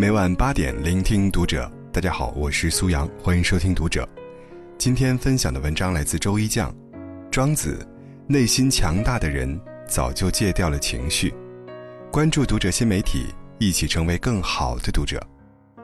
每晚8点聆听读者。大家好，我是苏阳，欢迎收听读者。今天分享的文章来自周一酱。庄子，内心强大的人早就戒掉了情绪。关注读者新媒体，一起成为更好的读者。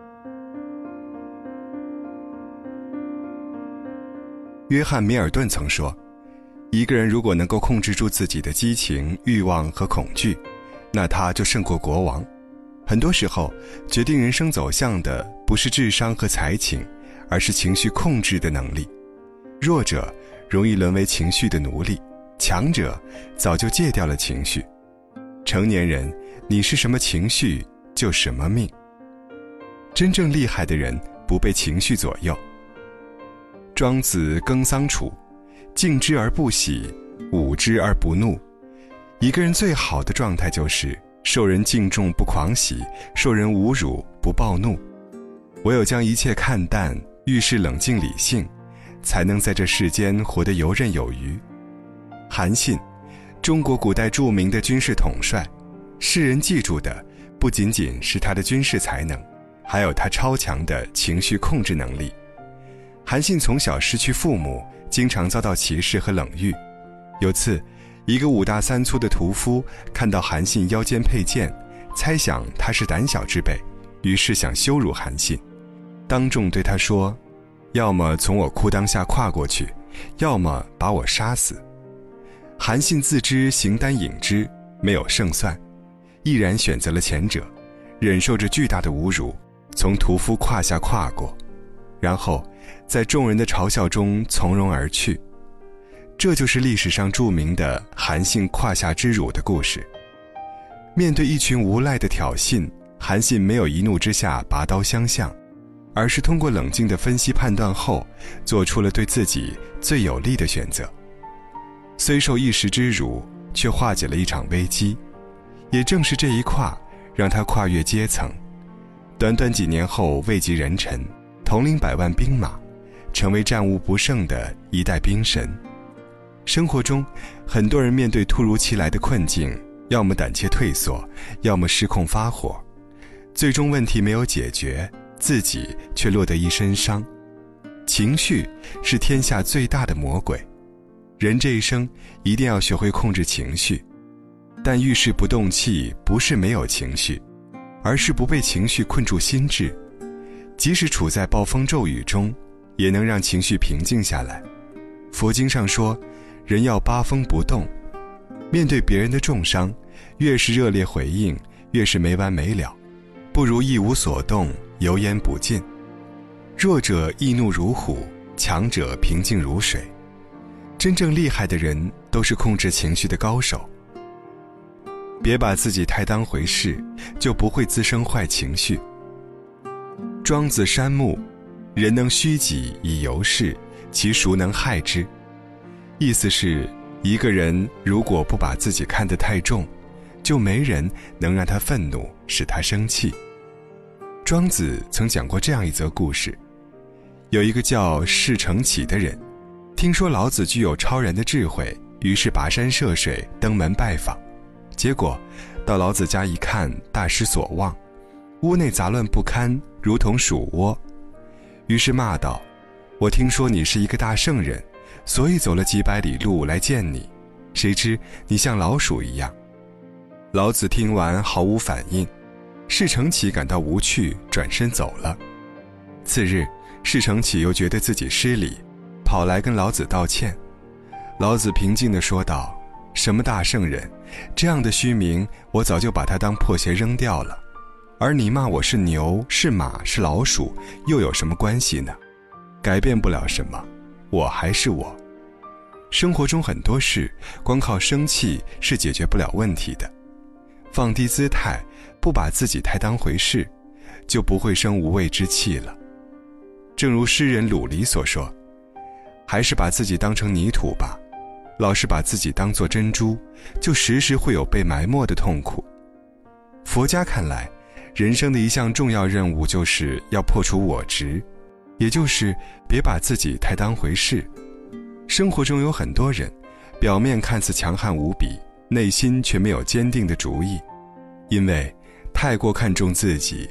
约翰·米尔顿曾说，一个人如果能够控制住自己的激情、欲望和恐惧，那他就胜过国王。很多时候，决定人生走向的不是智商和才情，而是情绪控制的能力。弱者容易沦为情绪的奴隶，强者早就戒掉了情绪。成年人，你是什么情绪，就什么命。真正厉害的人不被情绪左右。庄子耕桑处，敬之而不喜，侮之而不怒。一个人最好的状态就是受人敬重不狂喜，受人侮辱不暴怒。唯有将一切看淡，遇事冷静理性，才能在这世间活得游刃有余。韩信，中国古代著名的军事统帅，世人记住的不仅仅是他的军事才能，还有他超强的情绪控制能力。韩信从小失去父母，经常遭到歧视和冷遇。有次，一个5大3粗的屠夫看到韩信腰间佩剑，猜想他是胆小之辈，于是想羞辱韩信，当众对他说，要么从我裤裆下跨过去，要么把我杀死。韩信自知形单影只，没有胜算，毅然选择了前者，忍受着巨大的侮辱，从屠夫胯下跨过，然后在众人的嘲笑中从容而去。这就是历史上著名的韩信胯下之辱的故事。面对一群无赖的挑衅，韩信没有一怒之下拔刀相向，而是通过冷静的分析判断后，做出了对自己最有利的选择。虽受一时之辱，却化解了一场危机。也正是这一跨，让他跨越阶层，短短几年后位极人臣，统领100万兵马，成为战无不胜的一代兵神。生活中，很多人面对突如其来的困境，要么胆怯退缩，要么失控发火，最终问题没有解决，自己却落得一身伤。情绪是天下最大的魔鬼，人这一生一定要学会控制情绪。但遇事不动气，不是没有情绪，而是不被情绪困住心智。即使处在暴风骤雨中，也能让情绪平静下来。佛经上说，人要八风不动。面对别人的重伤，越是热烈回应，越是没完没了，不如一无所动，油盐不进。弱者易怒如虎，强者平静如水。真正厉害的人都是控制情绪的高手。别把自己太当回事，就不会滋生坏情绪。庄子山木，人能虚己以游世，其孰能害之？意思是，一个人如果不把自己看得太重，就没人能让他愤怒，使他生气。庄子曾讲过这样一则故事，有一个叫释承启的人，听说老子具有超然的智慧，于是跋山涉水登门拜访。结果到老子家一看，大失所望，屋内杂乱不堪，如同鼠窝。于是骂道，我听说你是一个大圣人，所以走了几百里路来见你，谁知你像老鼠一样。老子听完毫无反应，释承启感到无趣，转身走了。次日，释承启又觉得自己失礼，跑来跟老子道歉。老子平静地说道，什么大圣人，这样的虚名我早就把它当破鞋扔掉了，而你骂我是牛，是马，是老鼠，又有什么关系呢？改变不了什么，我还是我。生活中很多事，光靠生气是解决不了问题的。放低姿态，不把自己太当回事，就不会生无谓之气了。正如诗人鲁离所说，还是把自己当成泥土吧，老是把自己当作珍珠，就时时会有被埋没的痛苦。佛家看来，人生的一项重要任务就是要破除我执，也就是别把自己太当回事。生活中有很多人，表面看似强悍无比，内心却没有坚定的主意，因为太过看重自己，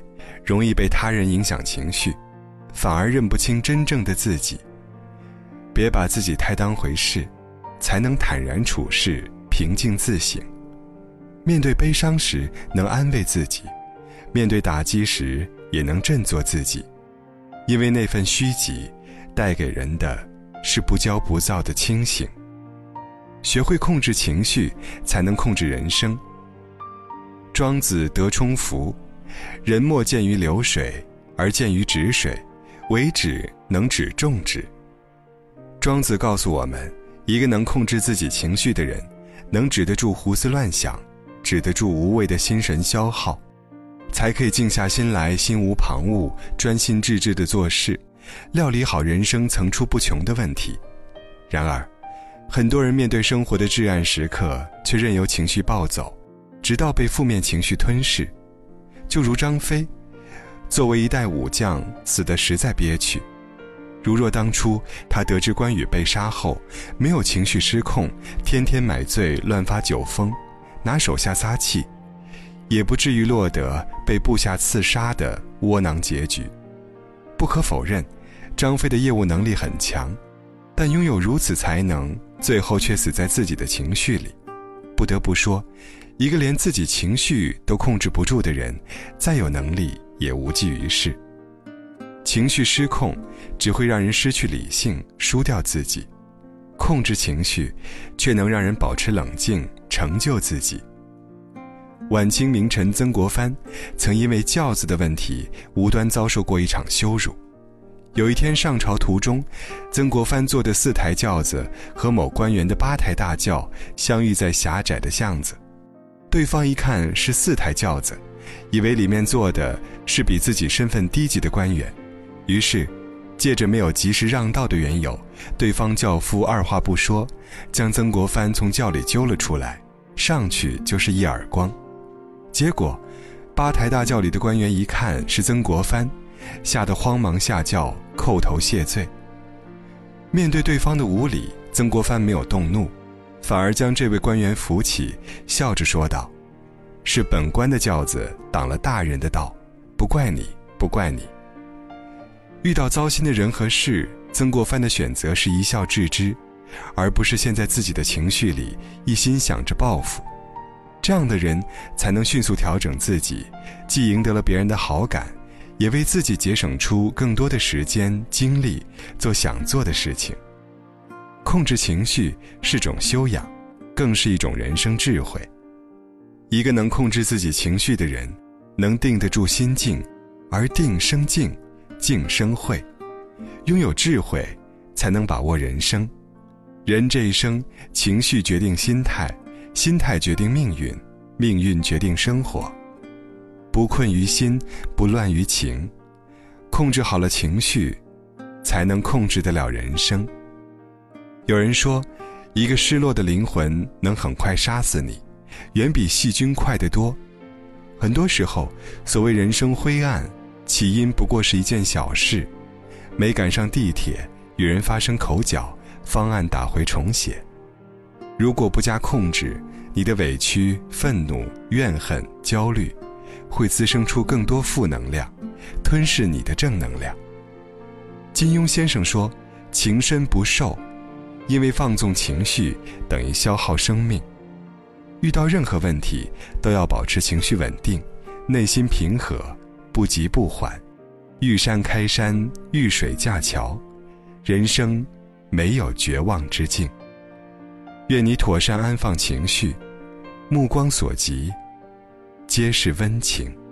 容易被他人影响情绪，反而认不清真正的自己。别把自己太当回事，才能坦然处事，平静自省。面对悲伤时能安慰自己，面对打击时也能振作自己。因为那份虚极带给人的是不骄不躁的清醒。学会控制情绪，才能控制人生。庄子得充孚，人莫见于流水，而见于止水，为止能止众之。庄子告诉我们，一个能控制自己情绪的人，能止得住胡思乱想，止得住无谓的心神消耗，才可以静下心来，心无旁骛，专心致志地做事，料理好人生层出不穷的问题。然而很多人面对生活的至暗时刻，却任由情绪暴走，直到被负面情绪吞噬。就如张飞，作为一代武将，死得实在憋屈。如若当初他得知关羽被杀后，没有情绪失控，天天买醉乱发酒疯，拿手下撒气，也不至于落得被部下刺杀的窝囊结局。不可否认，张飞的业务能力很强，但拥有如此才能，最后却死在自己的情绪里。不得不说，一个连自己情绪都控制不住的人，再有能力也无济于事。情绪失控只会让人失去理性，输掉自己；控制情绪却能让人保持冷静，成就自己。晚清名臣曾国藩曾因为轿子的问题无端遭受过一场羞辱。有一天上朝途中，曾国藩坐的4台轿子和某官员的8台大轿相遇在狭窄的巷子。对方一看是4台轿子，以为里面坐的是比自己身份低级的官员，于是借着没有及时让道的缘由，对方轿夫二话不说，将曾国藩从轿里揪了出来，上去就是一耳光。结果8台大轿里的官员一看是曾国藩，吓得慌忙下轿叩头谢罪。面对对方的无礼，曾国藩没有动怒，反而将这位官员扶起，笑着说道：“是本官的轿子挡了大人的道，不怪你，不怪你。”遇到糟心的人和事，曾国藩的选择是一笑置之，而不是陷在自己的情绪里，一心想着报复。这样的人才能迅速调整自己，既赢得了别人的好感，也为自己节省出更多的时间精力做想做的事情。控制情绪是种修养，更是一种人生智慧。一个能控制自己情绪的人，能定得住心境，而定生静，静生慧。拥有智慧，才能把握人生。人这一生，情绪决定心态，心态决定命运，命运决定生活。不困于心，不乱于情。控制好了情绪，才能控制得了人生。有人说，一个失落的灵魂能很快杀死你，远比细菌快得多。很多时候，所谓人生灰暗，起因不过是一件小事，没赶上地铁，与人发生口角，方案打回重写。如果不加控制，你的委屈、愤怒、怨恨、焦虑会滋生出更多负能量，吞噬你的正能量。金庸先生说，情深不寿，因为放纵情绪等于消耗生命。遇到任何问题都要保持情绪稳定，内心平和，不急不缓，遇山开山，遇水架桥，人生没有绝望之境。愿你妥善安放情绪，目光所及皆是温情。